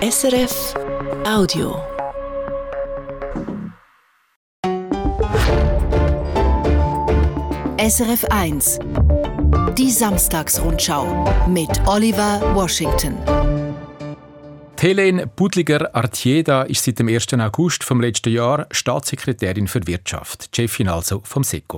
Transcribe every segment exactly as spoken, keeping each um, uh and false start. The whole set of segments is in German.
S R F Audio. S R F eins. Die Samstagsrundschau mit Oliver Washington. Helene Budliger-Artieda ist seit dem ersten August vom letzten Jahr Staatssekretärin für Wirtschaft, Chefin also vom SECO.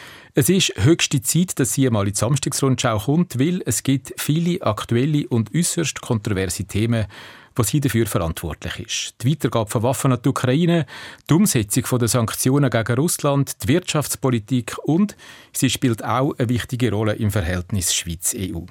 Es ist höchste Zeit, dass sie einmal in die Samstagsrundschau kommt, weil es gibt viele aktuelle und äußerst kontroverse Themen, wo sie dafür verantwortlich ist. Die Weitergabe von Waffen an die Ukraine, die Umsetzung der Sanktionen gegen Russland, die Wirtschaftspolitik und sie spielt auch eine wichtige Rolle im Verhältnis Schweiz-E U.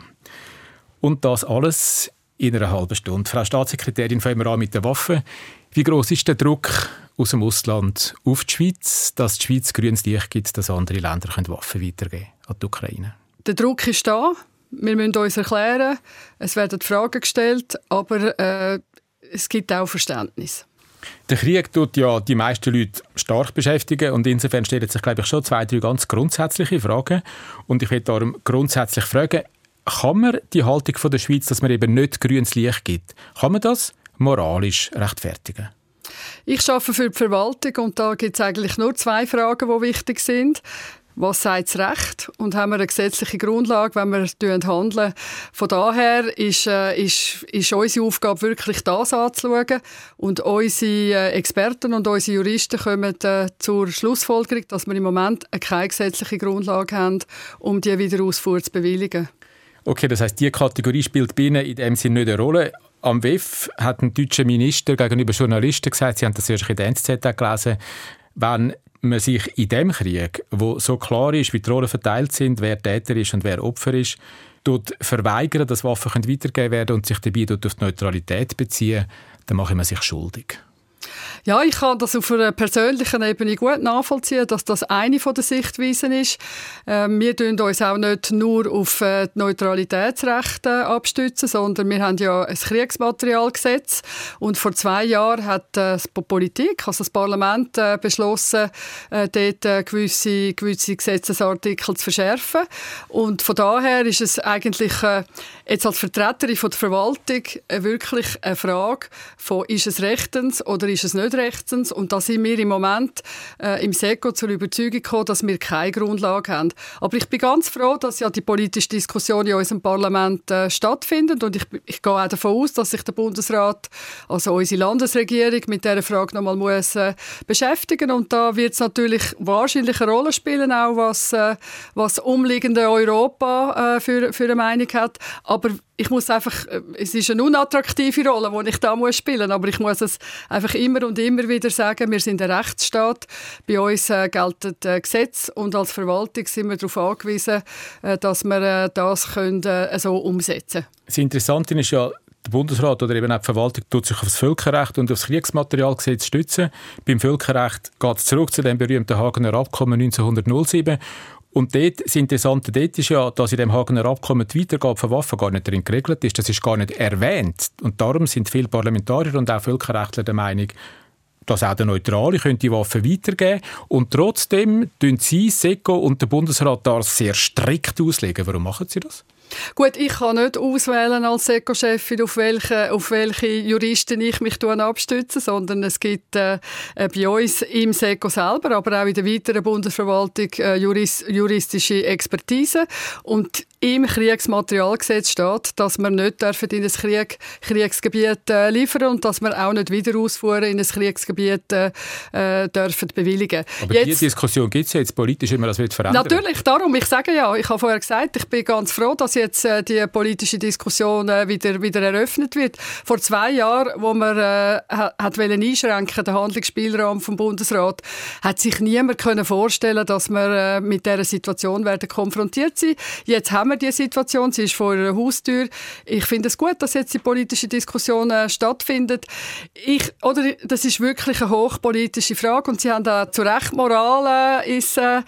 Und das alles in einer halben Stunde. Frau Staatssekretärin, fangen wir an mit den Waffen. Wie gross ist der Druck aus dem Ausland auf die Schweiz, dass die Schweiz grünes Licht gibt, dass andere Länder Waffen weitergeben können an die Ukraine? Der Druck ist da. Wir müssen uns erklären. Es werden Fragen gestellt, aber äh, es gibt auch Verständnis. Der Krieg tut ja die meisten Leute stark beschäftigen und insofern stellen sich, glaube ich, schon zwei, drei ganz grundsätzliche Fragen. Und ich will darum grundsätzlich fragen, kann man die Haltung von der Schweiz, dass man eben nicht grünes Licht gibt, kann man das moralisch rechtfertigen? Ich arbeite für die Verwaltung und da gibt es eigentlich nur zwei Fragen, die wichtig sind. Was sagt das Recht? Und haben wir eine gesetzliche Grundlage, wenn wir handeln? Von daher ist, äh, ist, ist unsere Aufgabe wirklich das anzuschauen. Und unsere Experten und unsere Juristen kommen äh, zur Schlussfolgerung, dass wir im Moment keine gesetzliche Grundlage haben, um die Wiederausfuhr zu bewilligen. Okay, das heisst, diese Kategorie spielt bei Ihnen in dem Sinne nicht eine Rolle. Am W E F hat ein deutscher Minister gegenüber Journalisten gesagt, Sie haben das erst in der N Z Z gelesen, wenn man sich in dem Krieg, wo so klar ist, wie die Rollen verteilt sind, wer Täter ist und wer Opfer ist, dort verweigern, dass Waffen weitergegeben werden und sich dabei dort auf die Neutralität beziehen, dann macht man sich schuldig. Ja, ich kann das auf einer persönlichen Ebene gut nachvollziehen, dass das eine der Sichtweisen ist. Ähm, wir tun uns auch nicht nur auf äh, die Neutralitätsrechte abstützen, sondern wir haben ja ein Kriegsmaterialgesetz und vor zwei Jahren hat äh, die Politik, also das Parlament, äh, beschlossen, äh, dort äh, gewisse, gewisse Gesetzesartikel zu verschärfen. Und von daher ist es eigentlich äh, jetzt als Vertreterin von der Verwaltung äh, wirklich eine Frage von, ist es rechtens oder ist es nicht rechtens? Und da sind wir im Moment äh, im SECO zur Überzeugung gekommen, dass wir keine Grundlage haben. Aber ich bin ganz froh, dass ja die politische Diskussion in unserem Parlament äh, stattfindet. Und ich, ich gehe auch davon aus, dass sich der Bundesrat, also unsere Landesregierung, mit dieser Frage noch mal muss, äh, beschäftigen. Und da wird es natürlich wahrscheinlich eine Rolle spielen, auch was, äh, was umliegende Europa äh, für, für eine Meinung hat. Aber ich muss einfach, es ist eine unattraktive Rolle, die ich da muss spielen muss, aber ich muss es einfach immer und immer wieder sagen, wir sind ein Rechtsstaat, bei uns äh, gelten äh, Gesetze und als Verwaltung sind wir darauf angewiesen, äh, dass wir äh, das können, äh, so umsetzen können. Das Interessante ist ja, der Bundesrat oder eben auch die Verwaltung tut sich auf das Völkerrecht und auf das Kriegsmaterialgesetz stützen. Beim Völkerrecht geht es zurück zu dem berühmten Hagener Abkommen neunzehnhundertsieben. Und dort, das Interessante dort ist ja, dass in dem Hagener Abkommen die Weitergabe von Waffen gar nicht drin geregelt ist. Das ist gar nicht erwähnt. Und darum sind viele Parlamentarier und auch Völkerrechtler der Meinung, dass auch der Neutrale die Waffen weitergeben können. Und trotzdem tun Sie, SECO und der Bundesrat das sehr strikt auslegen. Warum machen Sie das? Gut, ich kann nicht auswählen als SECO-Chefin, auf welche, auf welche Juristen ich mich abstütze, sondern es gibt äh, bei uns im SECO selber, aber auch in der weiteren Bundesverwaltung äh, juris, juristische Expertise. Und im Kriegsmaterialgesetz steht, dass wir nicht dürfen in ein Krieg, Kriegsgebiet äh, liefern und dass wir auch nicht Wiederausfuhren in ein Kriegsgebiet äh, dürfen bewilligen. Aber jetzt, diese Diskussion gibt es ja jetzt politisch, wie man das verändern will. Natürlich, darum. Ich sage ja, ich habe vorher gesagt, ich bin ganz froh, dass jetzt äh, die politische Diskussion äh, wieder, wieder eröffnet wird. Vor zwei Jahren, wo man äh, hat wollen einschränken, den Handlungsspielraum vom Bundesrat, hat sich niemand können vorstellen, dass wir äh, mit dieser Situation werden konfrontiert sind. Jetzt haben wir diese Situation, sie ist vor einer Haustür. Ich finde es gut, dass jetzt die politische Diskussion äh, stattfindet. Ich, oder, das ist wirklich eine hochpolitische Frage und Sie haben da zu Recht Moral äh, ins, äh,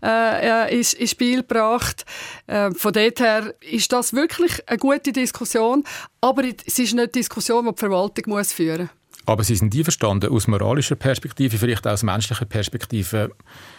äh, ins, ins Spiel gebracht. Äh, von dort her ist das wirklich eine gute Diskussion, aber es ist nicht eine Diskussion, die die Verwaltung muss führen muss. Aber Sie sind einverstanden, aus moralischer Perspektive, vielleicht auch aus menschlicher Perspektive,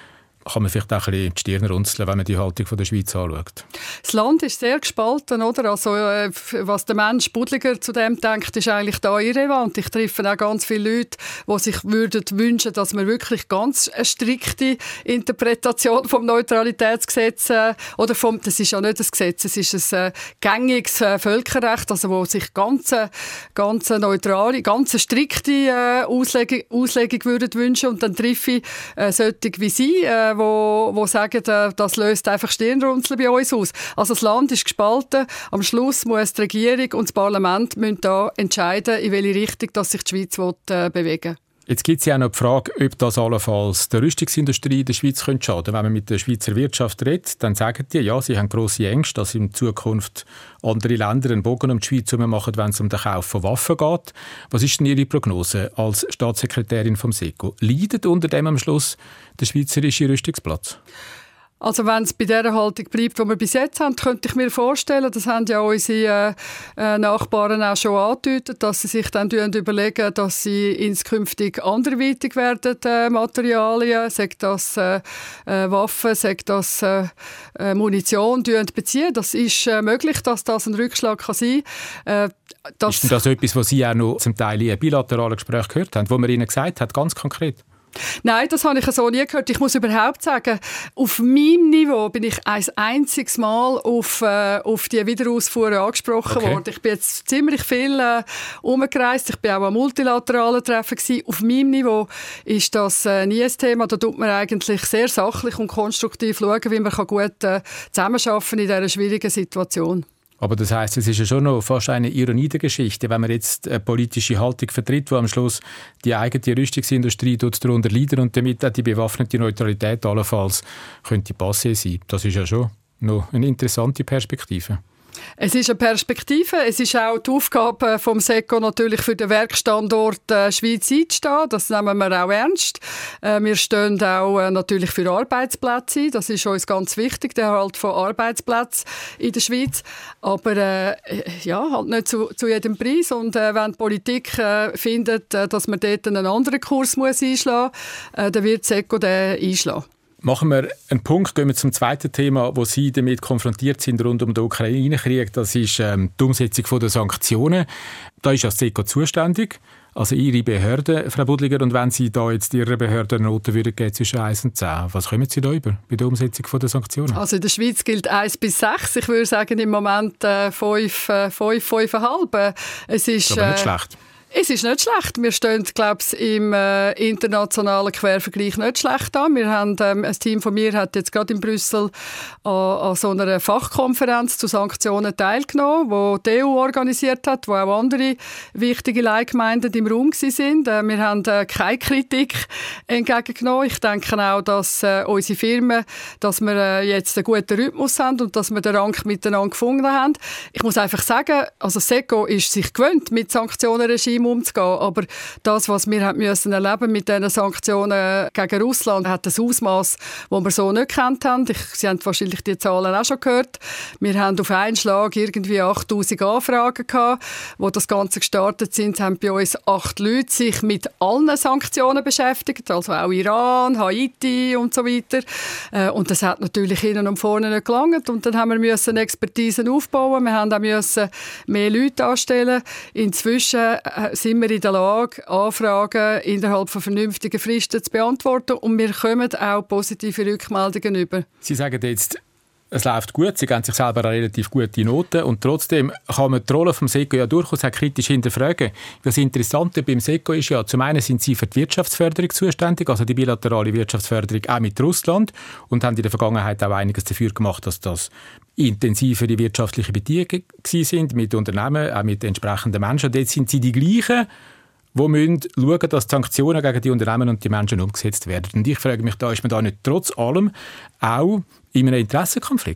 kann man vielleicht auch ein bisschen die Stirn runzeln, wenn man die Haltung von der Schweiz anschaut. Das Land ist sehr gespalten, oder? Also, äh, was der Mensch Budliger zu dem denkt, ist eigentlich da irrelevant. Ich treffe auch ganz viele Leute, die sich würden wünschen, dass man wirklich ganz eine strikte Interpretation vom Neutralitätsgesetz äh, oder vom, das ist ja nicht das Gesetz, es ist ein äh, gängiges äh, Völkerrecht, also wo sich ganz, ganz neutrale, ganz strikte äh, Auslegung, Auslegung würden wünschen. Und dann treffe ich äh, solche wie Sie, äh, wo, wo sagen, äh, das löst einfach Stirnrunzeln bei uns aus. Also das Land ist gespalten. Am Schluss muss die Regierung und das Parlament müssen da entscheiden, in welche Richtung dass sich die Schweiz will, äh, bewegen. Jetzt gibt es ja auch noch die Frage, ob das allenfalls der Rüstungsindustrie in der Schweiz schaden könnte. Wenn man mit der Schweizer Wirtschaft redet, dann sagen die, ja, sie haben grosse Ängste, dass in Zukunft andere Länder einen Bogen um die Schweiz machen, wenn es um den Kauf von Waffen geht. Was ist denn Ihre Prognose als Staatssekretärin vom SECO? Leidet unter dem am Schluss der schweizerische Rüstungsplatz? Also wenn es bei der Haltung bleibt, die wir bis jetzt haben, könnte ich mir vorstellen, das haben ja unsere äh, Nachbarn auch schon angedeutet, dass sie sich dann überlegen, dass sie inskünftig anderweitig werden, äh, Materialien, sei das äh, äh, Waffen, sei das äh, äh, Munition beziehen. Das ist äh, möglich, dass das ein Rückschlag kann sein kann. Äh, ist denn das etwas, was Sie auch noch zum Teil in bilateralen Gesprächen gehört haben, wo man Ihnen gesagt hat, ganz konkret? Nein, das habe ich so nie gehört. Ich muss überhaupt sagen, auf meinem Niveau bin ich ein einziges Mal auf, äh, auf die Wiederausfuhr angesprochen okay. worden. Ich bin jetzt ziemlich viel äh, umgereist. Ich bin auch an multilateralen Treffen gewesen. Auf meinem Niveau ist das äh, nie ein Thema. Da tut man eigentlich sehr sachlich und konstruktiv schauen, wie man kann gut äh, zusammenarbeiten kann in dieser schwierigen Situation. Aber das heisst, es ist ja schon noch fast eine Ironie der Geschichte, wenn man jetzt eine politische Haltung vertritt, wo am Schluss die eigene Rüstungsindustrie darunter leidet und damit auch die bewaffnete Neutralität allenfalls könnte passé sein. Das ist ja schon noch eine interessante Perspektive. Es ist eine Perspektive. Es ist auch die Aufgabe vom SECO natürlich für den Werkstandort äh, Schweiz einzustehen. Das nehmen wir auch ernst. Äh, wir stehen auch äh, natürlich für Arbeitsplätze ein. Das ist uns ganz wichtig, der Erhalt von Arbeitsplätzen in der Schweiz. Aber äh, ja, halt nicht zu, zu jedem Preis. Und äh, wenn die Politik äh, findet, äh, dass man dort einen anderen Kurs muss einschlagen muss, äh, dann wird SECO den einschlagen. Machen wir einen Punkt, gehen wir zum zweiten Thema, wo Sie damit konfrontiert sind rund um den Ukraine-Krieg. Das ist ähm, die Umsetzung der Sanktionen. Da ist das SECO zuständig, also Ihre Behörde, Frau Budliger. Und wenn Sie da jetzt Ihrer Behörde eine Note würden geben zwischen eins und zehn, was kommen Sie da über bei der Umsetzung der Sanktionen? Also in der Schweiz gilt eins bis sechs. Ich würde sagen im Moment äh, fünf, äh, fünf, fünf Komma fünf. Es ist, das ist aber nicht äh, schlecht. Es ist nicht schlecht. Wir stehen, glaube ich, im äh, internationalen Quervergleich nicht schlecht an. Wir haben, ähm, ein Team von mir hat jetzt gerade in Brüssel an, an so einer Fachkonferenz zu Sanktionen teilgenommen, die die E U organisiert hat, wo auch andere wichtige Leitgemeinden im Raum waren. Äh, wir haben äh, keine Kritik entgegengenommen. Ich denke auch, dass äh, unsere Firmen, dass wir äh, jetzt einen guten Rhythmus haben und dass wir den Rang miteinander gefunden haben. Ich muss einfach sagen, also SECO ist sich gewöhnt, mit Sanktionenregimen umzugehen. Aber das, was wir haben müssen erleben mit diesen Sanktionen gegen Russland, hat ein Ausmaß, das wir so nicht gekannt haben. Ich, Sie haben wahrscheinlich die Zahlen auch schon gehört. Wir haben auf einen Schlag irgendwie achttausend Anfragen gehabt, wo das Ganze gestartet sind, haben bei uns acht Leute sich mit allen Sanktionen beschäftigt, also auch Iran, Haiti und so weiter. Und das hat natürlich hinten und vorne nicht gelangt. Und dann haben wir müssen Expertisen aufbauen. Wir haben auch müssen mehr Leute anstellen. Inzwischen sind wir in der Lage, Anfragen innerhalb von vernünftigen Fristen zu beantworten und wir kommen auch positive Rückmeldungen über. Sie sagen jetzt, es läuft gut, Sie geben sich selber eine relativ gute Noten und trotzdem kann man die Rolle vom SECO ja durchaus auch kritisch hinterfragen. Das Interessante beim SECO ist ja, zum einen sind Sie für die Wirtschaftsförderung zuständig, also die bilaterale Wirtschaftsförderung auch mit Russland und haben in der Vergangenheit auch einiges dafür gemacht, dass das intensivere wirtschaftliche Beziehungen sind mit Unternehmen, auch mit entsprechenden Menschen. Und jetzt sind Sie die gleichen, die müssen schauen, dass die Sanktionen gegen die Unternehmen und die Menschen umgesetzt werden. Und ich frage mich, da ist man da nicht trotz allem auch in einem Interessenkonflikt?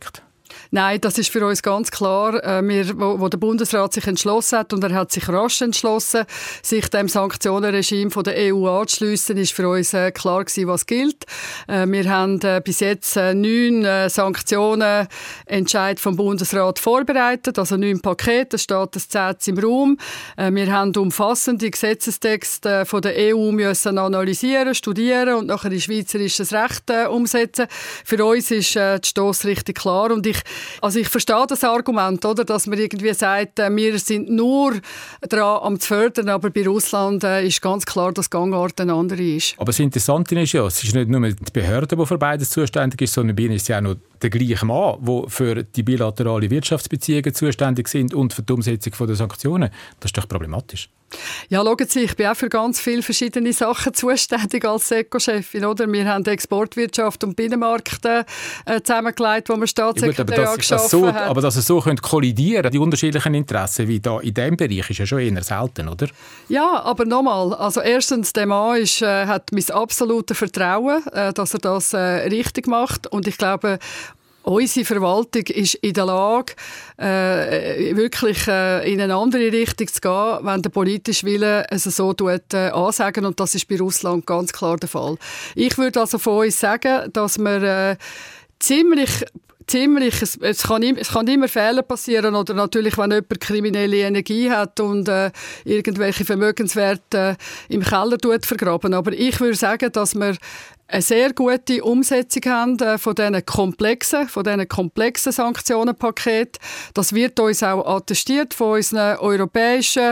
Nein, das ist für uns ganz klar. Äh, wir, wo, wo der Bundesrat sich entschlossen hat, und er hat sich rasch entschlossen, sich dem Sanktionenregime von der E U anzuschliessen, ist für uns äh, klar gewesen, was gilt. Äh, wir haben äh, bis jetzt äh, neun äh, Sanktionen Entscheid vom Bundesrat vorbereitet, also neun Pakete, es steht das zehnte im Raum. Äh, wir haben umfassende Gesetzestexte äh, von der E U müssen analysieren, studieren und nachher in schweizerisches Recht äh, umsetzen. Für uns ist äh, die Stossrichtung klar, und ich Also ich verstehe das Argument, oder, dass man irgendwie sagt, äh, wir sind nur daran am zu fördern, aber bei Russland äh, ist ganz klar, dass die Gangart eine andere ist. Aber das Interessante ist ja, es ist nicht nur die Behörde, die für beides zuständig ist, sondern bei ihnen ist ja auch noch der gleiche Mann, der für die bilateralen Wirtschaftsbeziehungen zuständig sind und für die Umsetzung der Sanktionen. Das ist doch problematisch. Ja, schauen Sie, ich bin auch für ganz viele verschiedene Sachen zuständig als SECO-Chefin, oder? Wir haben Exportwirtschaft und Binnenmarkt äh, zusammengelegt, wo wir Staatssekretariat ja, geschaffen so, haben. Aber dass es so kollidieren könnte, die unterschiedlichen Interessen, wie da in diesem Bereich, ist ja schon eher selten, oder? Ja, aber nochmal, also erstens, der Mann ist, äh, hat mein absolutes Vertrauen, äh, dass er das äh, richtig macht, und ich glaube, unsere Verwaltung ist in der Lage, äh, wirklich äh, in eine andere Richtung zu gehen, wenn der politische Wille es so tut, äh, ansagen. Und das ist bei Russland ganz klar der Fall. Ich würde also von uns sagen, dass wir äh, ziemlich Ziemlich, es, es, kann, es kann immer Fehler passieren, oder natürlich, wenn jemand kriminelle Energie hat und äh, irgendwelche Vermögenswerte äh, im Keller tut vergraben. Aber ich würde sagen, dass wir eine sehr gute Umsetzung haben äh, von diesen komplexen, von diesen komplexen Sanktionenpaketen. Das wird uns auch attestiert von unseren europäischen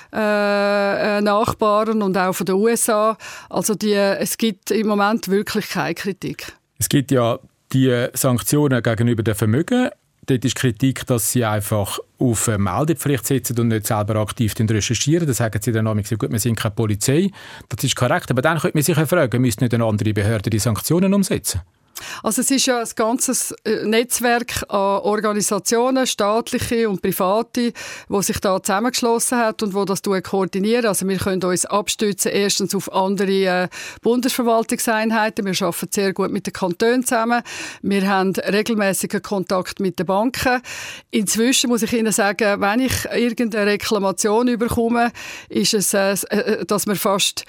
äh, Nachbarn und auch von den U S A. Also die, es gibt im Moment wirklich keine Kritik. Es gibt ja die Sanktionen gegenüber den Vermögen. Dort ist Kritik, dass sie einfach auf eine Meldepflicht setzen und nicht selber aktiv recherchieren. Da sagen sie dann auch, gut, wir sind keine Polizei. Das ist korrekt, aber dann könnte man sich fragen, müsste nicht eine andere Behörde die Sanktionen umsetzen? Also es ist ja ein ganzes Netzwerk an Organisationen, staatliche und private, wo sich da zusammengeschlossen hat und wo das koordinieren. Also wir können uns abstützen erstens auf andere äh, Bundesverwaltungseinheiten. Wir arbeiten sehr gut mit den Kantonen zusammen. Wir haben regelmäßigen Kontakt mit den Banken. Inzwischen muss ich Ihnen sagen, wenn ich irgendeine Reklamation überkomme, ist es, äh, dass wir fast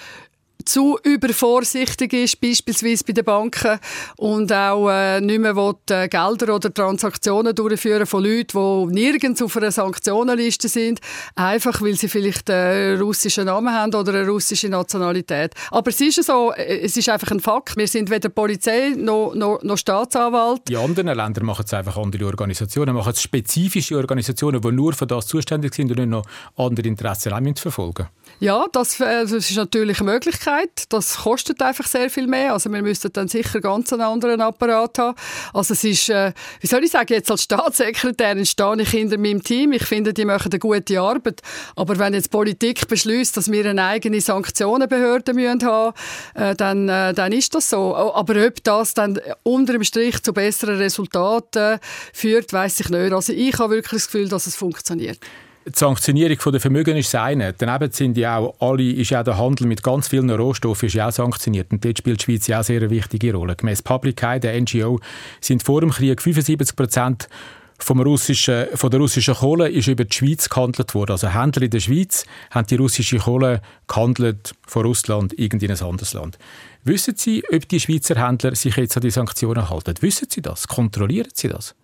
zu übervorsichtig ist, beispielsweise bei den Banken, und auch äh, nicht mehr will, äh, Gelder oder Transaktionen durchführen von Leuten, die nirgends auf einer Sanktionenliste sind, einfach weil sie vielleicht einen russischen Namen haben oder eine russische Nationalität. Aber es ist so, es ist einfach ein Fakt. Wir sind weder Polizei noch, noch, noch Staatsanwalt. Die anderen Länder machen es einfach andere Organisationen, machen es spezifische Organisationen, die nur für das zuständig sind und nicht noch andere Interessen auch verfolgen. Ja, das, das ist natürlich eine Möglichkeit. Das kostet einfach sehr viel mehr. Also wir müssten dann sicher ganz einen anderen Apparat haben. Also es ist, äh, wie soll ich sagen, jetzt als Staatssekretärin stehe ich hinter meinem Team. Ich finde, die machen eine gute Arbeit. Aber wenn jetzt Politik beschließt, dass wir eine eigene Sanktionenbehörde müssen haben, äh, dann, äh, dann ist das so. Aber ob das dann unter dem Strich zu besseren Resultaten führt, weiss ich nicht. Also ich habe wirklich das Gefühl, dass es funktioniert. Die Sanktionierung der Vermögen ist das eine. Daneben sind ja auch alle, ist ja der Handel mit ganz vielen Rohstoffen ist ja auch sanktioniert. Und dort spielt die Schweiz ja auch sehr eine wichtige Rolle. Gemäss Public Eye, der N G O, sind vor dem Krieg fünfundsiebzig Prozent vom russischen, von der russischen Kohle ist über die Schweiz gehandelt worden. Also Händler in der Schweiz haben die russische Kohle gehandelt von Russland in ein anderes Land. Wissen Sie, ob die Schweizer Händler sich jetzt an die Sanktionen halten? Wissen Sie das? Kontrollieren Sie das?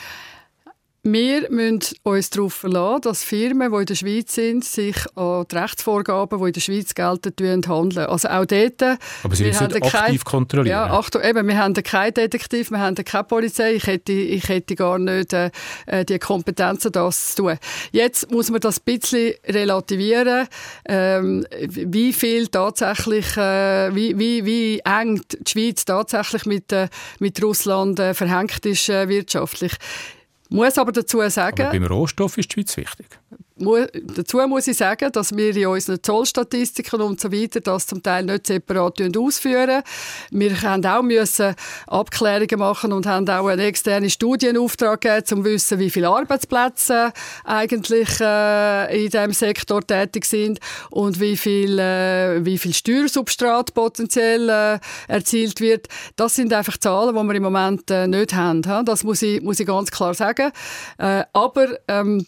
Wir müssen uns darauf verlassen, dass Firmen, die in der Schweiz sind, sich an die Rechtsvorgaben, die in der Schweiz gelten, handeln. Also auch dort. Aber Sie müssen aktiv kein, kontrollieren. Ja, Achtung, eben, wir haben keinen Detektiv, wir haben keine Polizei. Ich hätte, ich hätte gar nicht äh, die Kompetenzen, das zu tun. Jetzt muss man das ein bisschen relativieren, ähm, wie viel tatsächlich, äh, wie, wie, wie eng die Schweiz tatsächlich mit, äh, mit Russland äh, verhängt ist äh, wirtschaftlich. Ich muss aber dazu sagen... Aber beim Rohstoff ist die Schweiz wichtig. Dazu muss ich sagen, dass wir in unseren Zollstatistiken und so weiter das zum Teil nicht separat ausführen. Wir haben auch müssen Abklärungen machen und haben auch einen externen Studienauftrag gegeben, um zu wissen, wie viele Arbeitsplätze eigentlich äh, in diesem Sektor tätig sind und wie viel, äh, wie viel Steuersubstrat potenziell äh, erzielt wird. Das sind einfach Zahlen, die wir im Moment äh, nicht haben. Das muss ich, muss ich ganz klar sagen. Äh, aber ähm,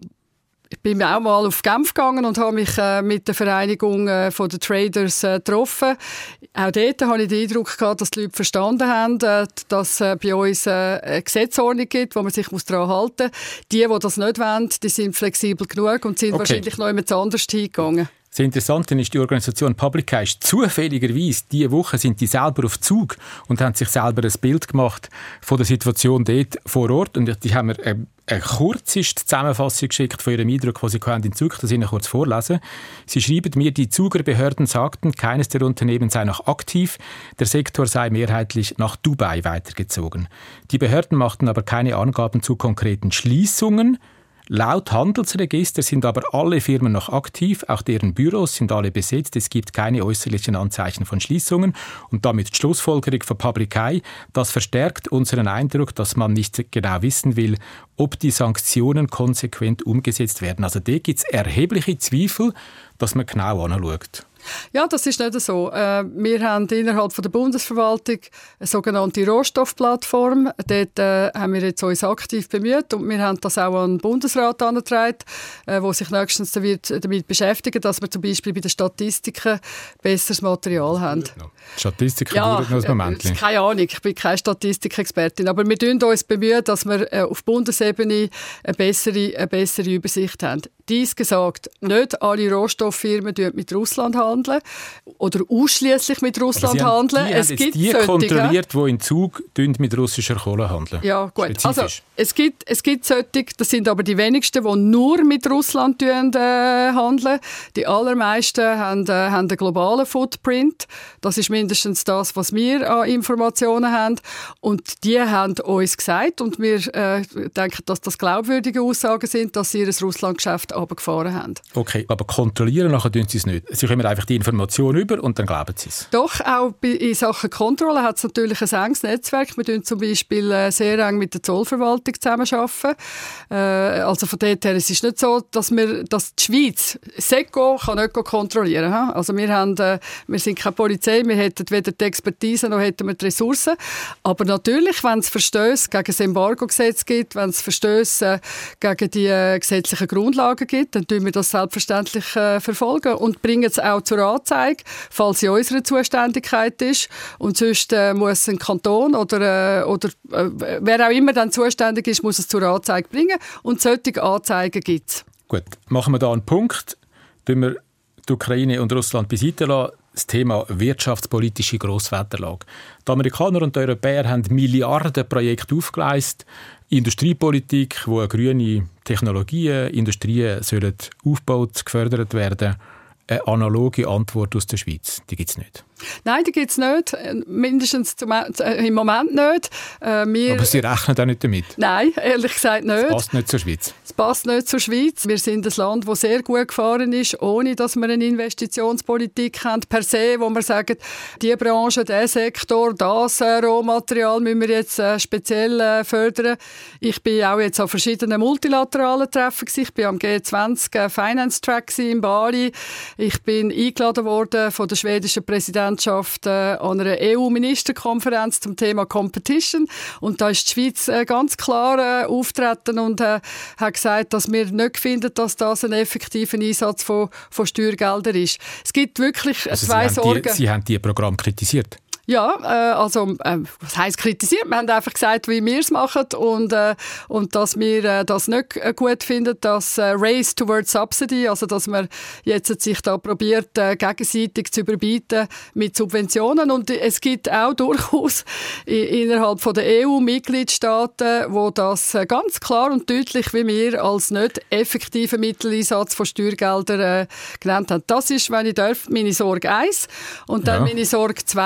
ich bin auch mal auf Genf gegangen und habe mich äh, mit der Vereinigung äh, von den Traders äh, getroffen. Auch dort habe ich den Eindruck gehabt, dass die Leute verstanden haben, äh, dass äh, bei uns äh, eine Gesetzordnung gibt, wo man sich daran halten muss. Die, die das nicht wollen, die sind flexibel genug und sind okay. wahrscheinlich noch jemand anders hingegangen. Das Interessante ist, die Organisation Public Eye ist zufälligerweise diese Woche sind die selber auf Zug und haben sich selber ein Bild gemacht von der Situation dort vor Ort. Und die haben mir eine, eine kurze Zusammenfassung geschickt von ihrem Eindruck, was sie in Zug, das ich Ihnen kurz vorlesen. Sie schreiben mir, die Zuger Behörden sagten, keines der Unternehmen sei noch aktiv, der Sektor sei mehrheitlich nach Dubai weitergezogen. Die Behörden machten aber keine Angaben zu konkreten Schließungen. Laut Handelsregister sind aber alle Firmen noch aktiv, auch deren Büros sind alle besetzt. Es gibt keine äußerlichen Anzeichen von Schließungen. Und damit die Schlussfolgerung von Public Eye, das verstärkt unseren Eindruck, dass man nicht genau wissen will, ob die Sanktionen konsequent umgesetzt werden. Also da gibt es erhebliche Zweifel, dass man genau anschaut. Ja, das ist nicht so. Wir haben innerhalb der Bundesverwaltung eine sogenannte Rohstoffplattform. Dort haben wir jetzt uns aktiv bemüht und wir haben das auch an den Bundesrat herangetragen, der sich nächstens damit beschäftigen, dass wir zum Beispiel bei den Statistiken besseres Material haben. Statistiken ja, dauern noch ein Moment. Keine Ahnung, ich bin keine Statistikexpertin, aber wir bemühen uns bemühen, dass wir auf Bundesebene eine bessere, eine bessere Übersicht haben. Dies gesagt, nicht alle Rohstofffirmen mit Russland handeln oder ausschließlich mit Russland haben, handeln. Die es haben gibt die solche, kontrolliert, die in Zug mit russischer Kohle handeln. Ja, gut. Also, es gibt, es gibt solche, das sind aber die wenigsten, die nur mit Russland äh, handeln. Die allermeisten haben, äh, haben einen globalen Footprint. Das ist mindestens das, was wir an Informationen haben. Und die haben uns gesagt, und wir äh, denken, dass das glaubwürdige Aussagen sind, dass sie ihr Russlandgeschäft runtergefahren haben. Okay, aber kontrollieren nachher tun sie es nicht. Sie kommen einfach die Information über und dann glauben sie es. Doch, auch in Sachen Kontrolle hat es natürlich ein enges Netzwerk. Wir tun zum Beispiel äh, sehr eng mit der Zollverwaltung zusammenarbeiten. Äh, also von dort her, es ist nicht so, dass, wir, dass die Schweiz SECO kann nicht kontrollieren kann. Also wir, haben, äh, wir sind keine Polizei, wir hätten weder die Expertise noch hätten wir die Ressourcen. Aber natürlich, wenn es Verstöße gegen das Embargo-Gesetz gibt, wenn es Verstöße gegen die äh, gesetzlichen Grundlagen gibt, dann tun wir das selbstverständlich äh, verfolgen und bringen es auch zur Anzeige, falls sie in unserer Zuständigkeit ist. Und sonst äh, muss ein Kanton oder, äh, oder äh, wer auch immer dann zuständig ist, muss es zur Anzeige bringen. Und solche Anzeigen gibt es. Gut, machen wir da einen Punkt. Tun wir die Ukraine und Russland beiseite lassen. Das Thema wirtschaftspolitische Grosswetterlage. Die Amerikaner und die Europäer haben Milliardenprojekte aufgeleistet. Industriepolitik, wo grüne Technologien, Industrien sollen aufgebaut, gefördert werden. Eine analoge Antwort aus der Schweiz, die gibt es nicht. Nein, die gibt es nicht. Mindestens zum, äh, im Moment nicht. Äh, wir, Aber Sie rechnen auch nicht damit? Nein, ehrlich gesagt nicht. Das passt nicht zur Schweiz? Es passt nicht zur Schweiz. Wir sind ein Land, das sehr gut gefahren ist, ohne dass wir eine Investitionspolitik haben, per se, wo wir sagen, diese Branche, dieser Sektor, das äh, Rohmaterial müssen wir jetzt äh, speziell äh, fördern. Ich bin auch jetzt an verschiedenen multilateralen Treffen. Ich bin am G zwanzig äh, Finance Track in Bali. Ich bin eingeladen worden von der schwedischen Präsidentschaft äh, an einer E U-Ministerkonferenz zum Thema Competition. Und da ist die Schweiz äh, ganz klar äh, auftreten und äh, hat gesagt, dass wir nicht finden, dass das ein effektiver Einsatz von, von Steuergeldern ist. Es gibt wirklich also zwei Sie Sorgen. Die, Sie haben dieses Programm kritisiert? Ja, äh, also äh, was heisst kritisiert? Wir haben einfach gesagt, wie wir es machen und, äh, und dass wir äh, das nicht äh, gut finden, das äh, Race towards Subsidy, also dass man jetzt sich da probiert, äh, gegenseitig zu überbieten mit Subventionen. Und es gibt auch durchaus innerhalb von der E U-Mitgliedstaaten, wo das äh, ganz klar und deutlich wie wir als nicht effektiven Mitteleinsatz von Steuergeldern äh, genannt haben. Das ist, wenn ich darf, meine Sorge eins. Und dann ja. meine Sorge zwei.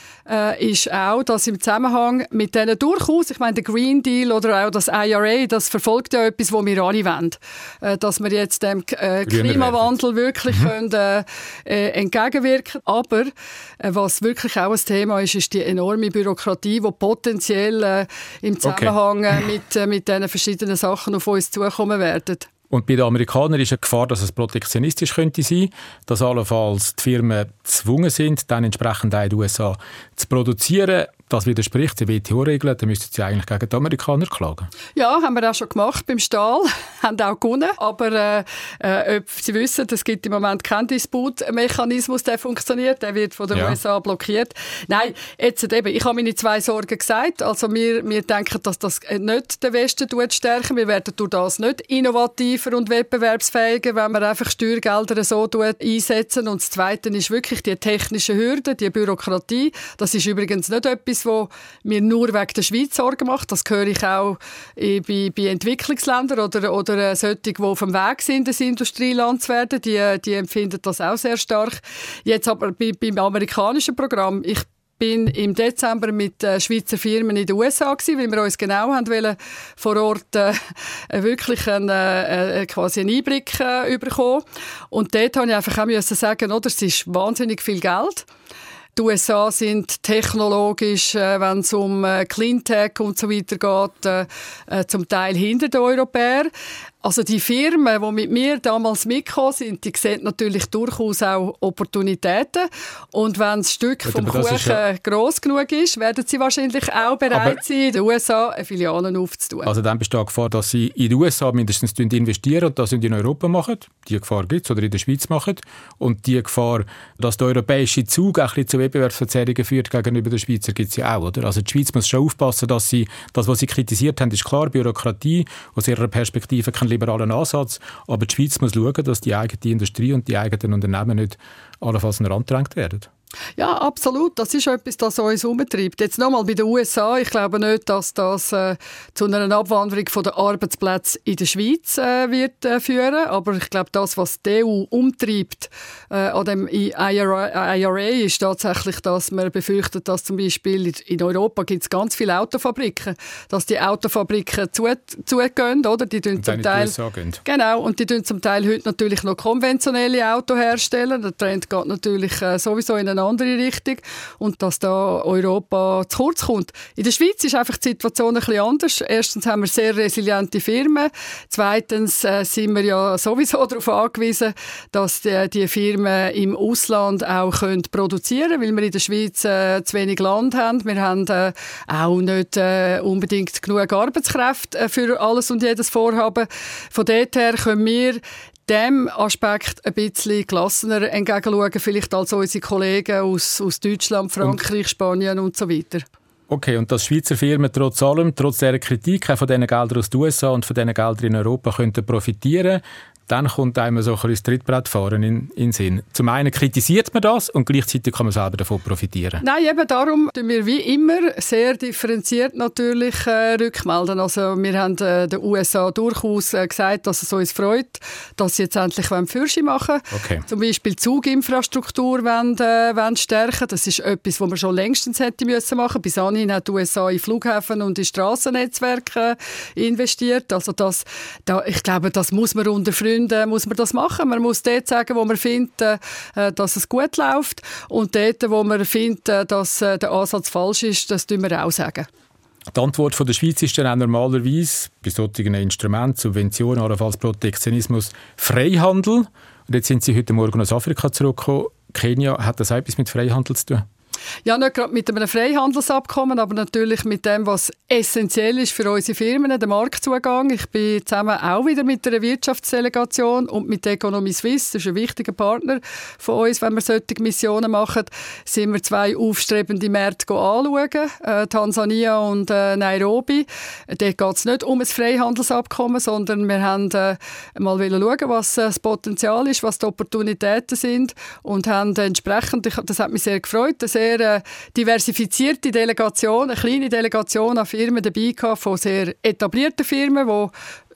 äh, ist auch, dass im Zusammenhang mit denen durchaus, ich meine, der Green Deal oder auch das I R A, das verfolgt ja etwas, was wir alle wollen. Äh, dass wir jetzt dem äh, Klimawandel wirklich mhm. können, äh, äh, entgegenwirken. Aber äh, was wirklich auch ein Thema ist, ist die enorme Bürokratie, die potenziell äh, im Zusammenhang okay. äh, mit, äh, mit diesen verschiedenen Sachen auf uns zukommen werden. Und bei den Amerikanern ist eine Gefahr, dass es protektionistisch könnte sein, dass allenfalls die Firmen gezwungen sind, dann entsprechend auch in den U S A zu produzieren. Das widerspricht den W T O-Regeln, dann müssten sie eigentlich gegen die Amerikaner klagen. Ja, haben wir auch schon gemacht beim Stahl, haben auch gewonnen. Aber äh, äh, ob Sie wissen, es gibt im Moment keinen Disputmechanismus, der funktioniert, der wird von den ja. U S A blockiert. Nein, jetzt eben, ich habe meine zwei Sorgen gesagt. Also wir, wir denken, dass das nicht den Westen stärken. Wir werden durch das nicht innovativer und wettbewerbsfähiger, wenn wir einfach Steuergelder so einsetzen. Und das Zweite ist wirklich die technischen Hürden, die Bürokratie. Das ist übrigens nicht etwas, wo mir nur wegen der Schweiz Sorgen macht. Das höre ich auch bei, bei Entwicklungsländern oder, oder solche, die auf dem Weg sind, ein Industrieland zu werden. Die, die empfinden das auch sehr stark. Jetzt aber bei, beim amerikanischen Programm, ich bin im Dezember mit äh, Schweizer Firmen in den U S A gewesen, weil wir uns genau haben wollen, vor Ort äh, wirklich einen, äh, quasi einen Einblick äh, bekommen. Und dort habe ich einfach auch müssen sagen, oder, es ist wahnsinnig viel Geld. Die U S A sind technologisch, äh, wenn es um äh, Cleantech und so weiter geht, äh, äh, zum Teil hinter den Europäern. Also die Firmen, die mit mir damals mitgekommen sind, die sehen natürlich durchaus auch Opportunitäten. Und wenn das Stück ja, vom Kuchen ja gross genug ist, werden sie wahrscheinlich auch bereit aber sein, in den U S A eine Filiale aufzutun. Also dann besteht die Gefahr, dass sie in den U S A mindestens investieren und das in Europa machen. Die Gefahr gibt es, oder in der Schweiz machen. Und die Gefahr, dass der europäische Zug auch ein bisschen zu Wettbewerbsverzerrungen führt gegenüber der Schweizer, gibt es ja auch. Oder? Also die Schweiz muss schon aufpassen, dass sie, das, was sie kritisiert haben, ist klar, Bürokratie aus ihrer Perspektive kein liberalen Ansatz, aber die Schweiz muss schauen, dass die eigene Industrie und die eigenen Unternehmen nicht allenfalls an den Rand gedrängt werden. Ja, absolut. Das ist etwas, das uns umtreibt. Jetzt nochmal bei den U S A. Ich glaube nicht, dass das äh, zu einer Abwanderung von den Arbeitsplätzen in der Schweiz äh, wird äh, führen. Aber ich glaube, das, was die E U umtreibt äh, an dem I R A, ist tatsächlich, dass man befürchtet, dass zum Beispiel in Europa gibt es ganz viele Autofabriken, dass die Autofabriken zu, zugehen, oder? Die tun zum Teil, genau, und die tun zum Teil heute natürlich noch konventionelle Autos herstellen. Der Trend geht natürlich äh, sowieso in eine andere Richtung und dass da Europa zu kurz kommt. In der Schweiz ist einfach die Situation ein bisschen anders. Erstens haben wir sehr resiliente Firmen. Zweitens äh, sind wir ja sowieso darauf angewiesen, dass die, die Firmen im Ausland auch können produzieren können, weil wir in der Schweiz äh, zu wenig Land haben. Wir haben äh, auch nicht äh, unbedingt genug Arbeitskräfte äh, für alles und jedes Vorhaben. Von dort her können wir dem Aspekt ein bisschen gelassener entgegenschauen, vielleicht als unsere Kollegen aus, aus Deutschland, Frankreich, und Spanien und so weiter. Okay, und dass Schweizer Firmen trotz allem, trotz dieser Kritik auch von diesen Geldern aus den U S A und von diesen Geldern in Europa könnten profitieren, dann kommt einem so ein bisschen das Trittbrettfahren in, in den Sinn. Zum einen kritisiert man das und gleichzeitig kann man selber davon profitieren. Nein, eben darum tun wir wie immer sehr differenziert natürlich äh, rückmelden. Also wir haben äh, den U S A durchaus äh, gesagt, dass es uns freut, dass sie jetzt endlich Fürsche machen wollen. Okay. Zum Beispiel Zuginfrastruktur wollen, äh, wollen stärken. Das ist etwas, was man schon längstens hätte müssen machen. Bis anhin hat die U S A in Flughäfen und in Strassennetzwerke investiert. Also das, da, ich glaube, das muss man unter Freunden muss man das machen. Man muss dort sagen, wo man findet, äh, dass es gut läuft. Und dort, wo man findet, dass äh, der Ansatz falsch ist, das tun wir auch sagen. Die Antwort von der Schweiz ist dann auch normalerweise bei solchen Instrumenten, Subventionen, allenfalls Protektionismus, Freihandel. Und jetzt sind Sie heute Morgen aus Afrika zurückgekommen. Kenia, hat das auch etwas mit Freihandel zu tun? Ja, nicht gerade mit einem Freihandelsabkommen, aber natürlich mit dem, was essentiell ist für unsere Firmen, der Marktzugang. Ich bin zusammen auch wieder mit einer Wirtschaftsdelegation und mit Economy Suisse, das ist ein wichtiger Partner von uns, wenn wir solche Missionen machen, sind wir zwei aufstrebende Märkte anschauen, äh, Tansania und äh, Nairobi. Dort geht es nicht um ein Freihandelsabkommen, sondern wir haben äh, mal schauen, was äh, das Potenzial ist, was die Opportunitäten sind und haben entsprechend, ich, das hat mich sehr gefreut, sehr eine diversifizierte Delegation, eine kleine Delegation an Firmen dabei gehabt, von sehr etablierten Firmen, die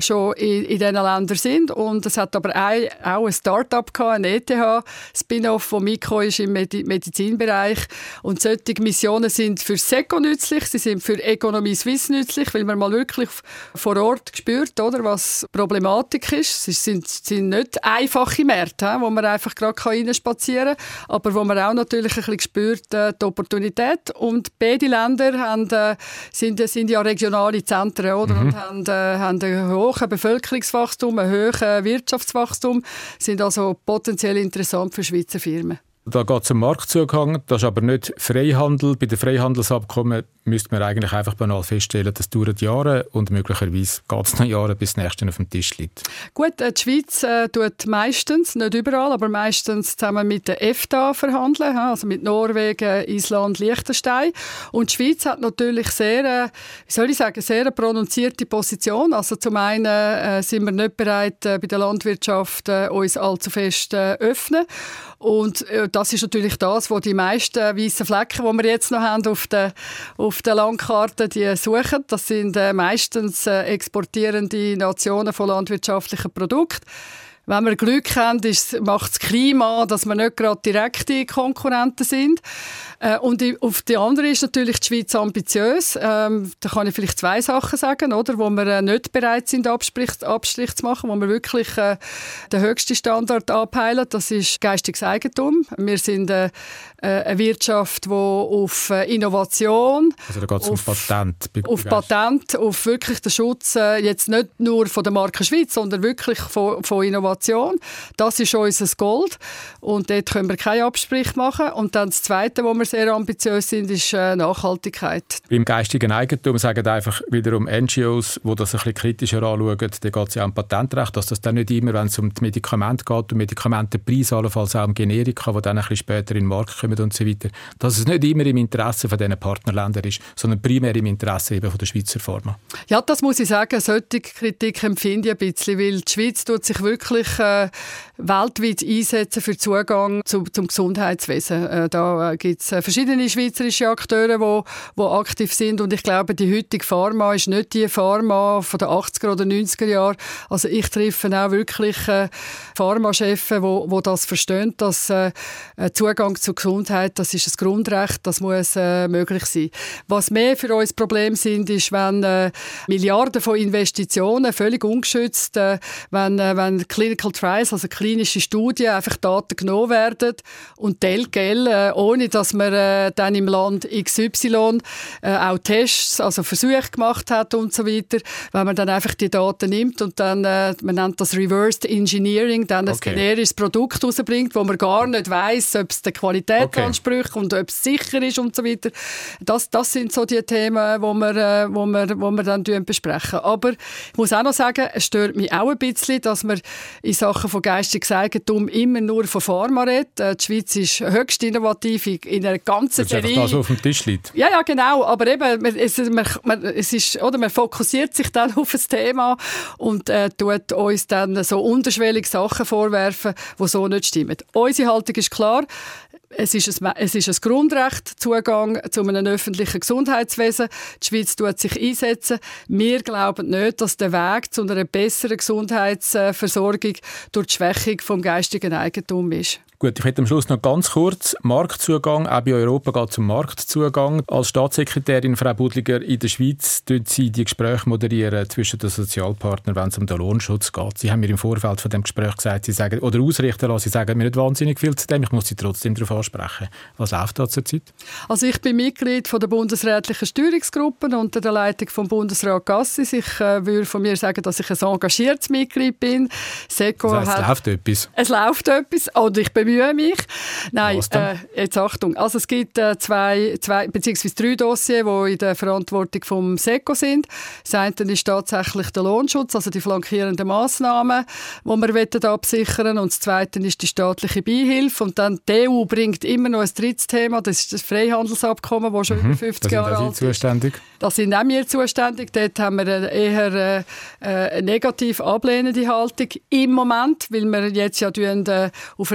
schon in, in diesen Ländern sind. Und es hat aber ein, auch ein Start-up gehabt, ein E T H-Spin-off, das mitgekommen ist im Medi- Medizinbereich. Und solche Missionen sind für SECO nützlich, sie sind für Economy Suisse nützlich, weil man mal wirklich vor Ort spürt, oder, was Problematik ist. Es sind, sind nicht einfache Märkte, wo man einfach gerade reinspazieren kann, aber wo man auch natürlich ein bisschen spürt, äh, die Opportunität. Und beide Länder haben, äh, sind, sind ja regionale Zentren, oder? Mhm. Und haben, äh, haben ein hohes Bevölkerungswachstum, ein hohes Wirtschaftswachstum, sind also potenziell interessant für Schweizer Firmen. Da geht es um Marktzugang, das ist aber nicht Freihandel. Bei den Freihandelsabkommen müsste man eigentlich einfach banal feststellen, das dauert Jahre und möglicherweise geht es noch Jahre, bis das nächste auf dem Tisch liegt. Gut, die Schweiz äh, tut meistens, nicht überall, aber meistens zusammen mit der EFTA verhandeln, also mit Norwegen, Island, Liechtenstein. Und die Schweiz hat natürlich sehr, äh, wie soll ich sagen, sehr eine prononzierte Position. Also zum einen äh, sind wir nicht bereit, äh, bei der Landwirtschaft äh, uns allzu fest äh, öffnen. Und äh, das ist natürlich das, wo die meisten weißen Flecken, die wir jetzt noch haben auf der, auf der Landkarte, die suchen. Das sind äh, meistens äh, exportierende Nationen von landwirtschaftlichen Produkten. Wenn wir Glück haben, macht das Klima, dass wir nicht gerade direkte Konkurrenten sind. Äh, und auf die andere ist natürlich die Schweiz ambitiös. Ähm, da kann ich vielleicht zwei Sachen sagen, oder, wo wir äh, nicht bereit sind, Abstrich, Abstrich zu machen, wo wir wirklich äh, den höchsten Standard anpeilen. Das ist geistiges Eigentum. Wir sind äh, eine Wirtschaft, die auf äh, Innovation, also da geht es um Patent, auf Patent, auf wirklich den Schutz äh, jetzt nicht nur von der Marke Schweiz, sondern wirklich von, von Innovation. Das ist unser Gold und dort können wir keine Absprüche machen. Und dann das Zweite, wo wir sehr ambitiös sind, ist äh, Nachhaltigkeit. Beim geistigen Eigentum sagen einfach wiederum N G Os, die das ein bisschen kritischer anschauen, da geht es ja um Patentrecht, dass das dann nicht immer, wenn es um die Medikamente geht, um Medikamentenpreise, allenfalls auch um Generika, die dann ein bisschen später in den Markt kommen und so weiter, dass es nicht immer im Interesse von diesen Partnerländern ist, sondern primär im Interesse eben von der Schweizer Pharma. Ja, das muss ich sagen, solche Kritik empfinde ich ein bisschen, weil die Schweiz tut sich wirklich äh, weltweit einsetzen für Zugang zu, zum Gesundheitswesen. Äh, da äh, gibt es äh, verschiedene schweizerische Akteure, die, die aktiv sind und ich glaube, die heutige Pharma ist nicht die Pharma von den achtziger oder neunziger Jahren. Also ich treffe auch wirklich äh, Pharmachefs, die, die das verstehen, dass äh, Zugang zu Gesundheit, das ist ein Grundrecht, das muss äh, möglich sein. Was mehr für uns Problem sind, ist, wenn äh, Milliarden von Investitionen völlig ungeschützt, äh, wenn, äh, wenn Clinical Trials, also klinische Studien, einfach Daten genommen werden und telgel, äh, ohne dass man äh, dann im Land X Y äh, auch Tests, also Versuche gemacht hat und so weiter, wenn man dann einfach die Daten nimmt und dann, äh, man nennt das Reversed Engineering, dann ein okay. generisches Produkt rausbringt, wo man gar nicht weiss, ob es die Qualität okay. anspricht und ob es sicher ist und so weiter. Das, das sind so die Themen, wo wir, äh, wo wir, wo wir dann besprechen. Aber ich muss auch noch sagen, es stört mich auch ein bisschen, dass man in Sachen von geistiges Eigentum immer nur von Pharma redet. Äh, die Schweiz ist höchst innovativ in einer ganzen Serie. Das auf dem Tisch liegt. Ja, ja, genau. Aber eben, es, man, man, es ist, oder, man fokussiert sich dann auf ein Thema und äh, tut uns dann so unterschwellige Sachen vorwerfen, die so nicht stimmen. Unsere Haltung ist klar. Es ist, ein, es ist ein Grundrecht, Zugang zu einem öffentlichen Gesundheitswesen. Die Schweiz tut sich einsetzen. Wir glauben nicht, dass der Weg zu einer besseren Gesundheitsversorgung durch die Schwächung des geistigen Eigentums ist. Gut, ich hätte am Schluss noch ganz kurz Marktzugang. Auch bei Europa geht es um Marktzugang. Als Staatssekretärin, Frau Budliger, in der Schweiz moderieren Sie die Gespräche moderieren zwischen den Sozialpartnern, wenn es um den Lohnschutz geht. Sie haben mir im Vorfeld von dem Gespräch gesagt, Sie sagen, oder ausrichten lassen, Sie sagen mir nicht wahnsinnig viel zu dem. Ich muss Sie trotzdem darauf ansprechen. Was läuft da zurzeit? Also ich bin Mitglied von der bundesrätlichen Steuerungsgruppe unter der Leitung von Bundesrat Gassis. Ich äh, würde von mir sagen, dass ich ein engagiertes Mitglied bin. SECO das heißt, hat, es läuft etwas? Es läuft etwas. Und ich bemühe mich. Nein, äh, jetzt Achtung. Also es gibt äh, zwei, zwei beziehungsweise drei Dossiers, die in der Verantwortung vom SECO sind. Das eine ist tatsächlich der Lohnschutz, also die flankierenden Massnahmen, die wir absichern wollen. Und das zweite ist die staatliche Beihilfe. Und dann die E U bringt immer noch ein drittes Thema, das ist das Freihandelsabkommen, das schon mhm, über fünfzig Jahre alt ist. Zuständig? Da sind auch wir zuständig. Dort haben wir eher äh, eine negativ ablehnende Haltung im Moment, weil wir jetzt ja äh, auf einer anderen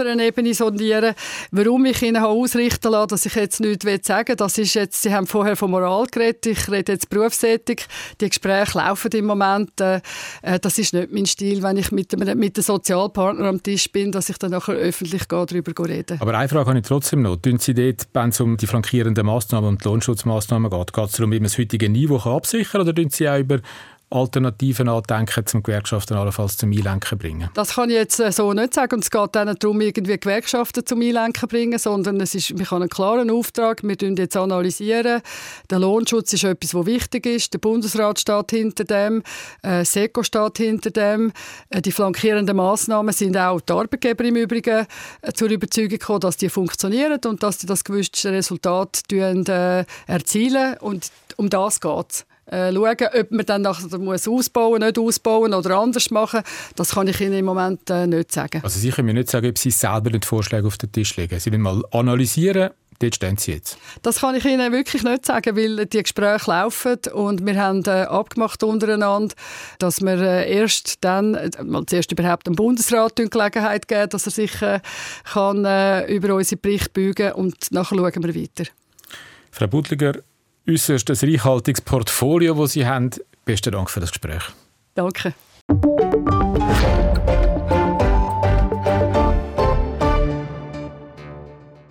anderen Ebene sondieren. Warum ich Ihnen ausrichten lasse, dass ich jetzt nichts sagen will, das ist jetzt, Sie haben vorher von Moral geredet, ich rede jetzt Berufsethik. Die Gespräche laufen im Moment. Äh, das ist nicht mein Stil, wenn ich mit dem, mit dem Sozialpartner am Tisch bin, dass ich dann nachher öffentlich gehe, darüber rede. Aber eine Frage habe ich trotzdem noch. Tun Sie dort, wenn es um die flankierenden Massnahmen und die Lohnschutzmaßnahmen geht, geht es darum, wie man das heutige Niveau absichern kann, oder tun Sie auch über Alternativen nachdenken, um Gewerkschaften allenfalls zum Einlenken bringen? Das kann ich jetzt so nicht sagen. Und es geht auch nicht darum, irgendwie Gewerkschaften zum Einlenken zu bringen, sondern es ist, wir haben einen klaren Auftrag. Wir analysieren jetzt analysieren. Der Lohnschutz ist etwas, was wichtig ist. Der Bundesrat steht hinter dem, äh, SECO steht hinter dem. Äh, die flankierenden Massnahmen sind auch die Arbeitgeber im Übrigen äh, zur Überzeugung gekommen, dass die funktionieren und dass die das gewünschte Resultat äh, erzielen. Und um das geht es. Äh, schauen, ob man dann nachher muss ausbauen, nicht ausbauen oder anders machen, das kann ich Ihnen im Moment äh, nicht sagen. Also Sie können mir nicht sagen, ob Sie selber den Vorschlag auf den Tisch legen. Sie wollen mal analysieren, dort stehen Sie jetzt. Das kann ich Ihnen wirklich nicht sagen, weil die Gespräche laufen und wir haben äh, abgemacht untereinander, dass wir äh, erst dann, äh, mal zuerst überhaupt dem Bundesrat die Gelegenheit geben, dass er sich äh, kann, äh, über unseren Bericht beugen und nachher schauen wir weiter. Frau Buttliger, äußerst ein reichhaltiges Portfolio, das Sie haben. Besten Dank für das Gespräch. Danke.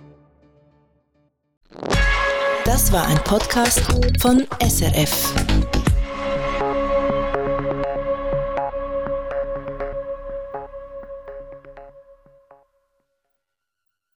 Das war ein Podcast von S R F.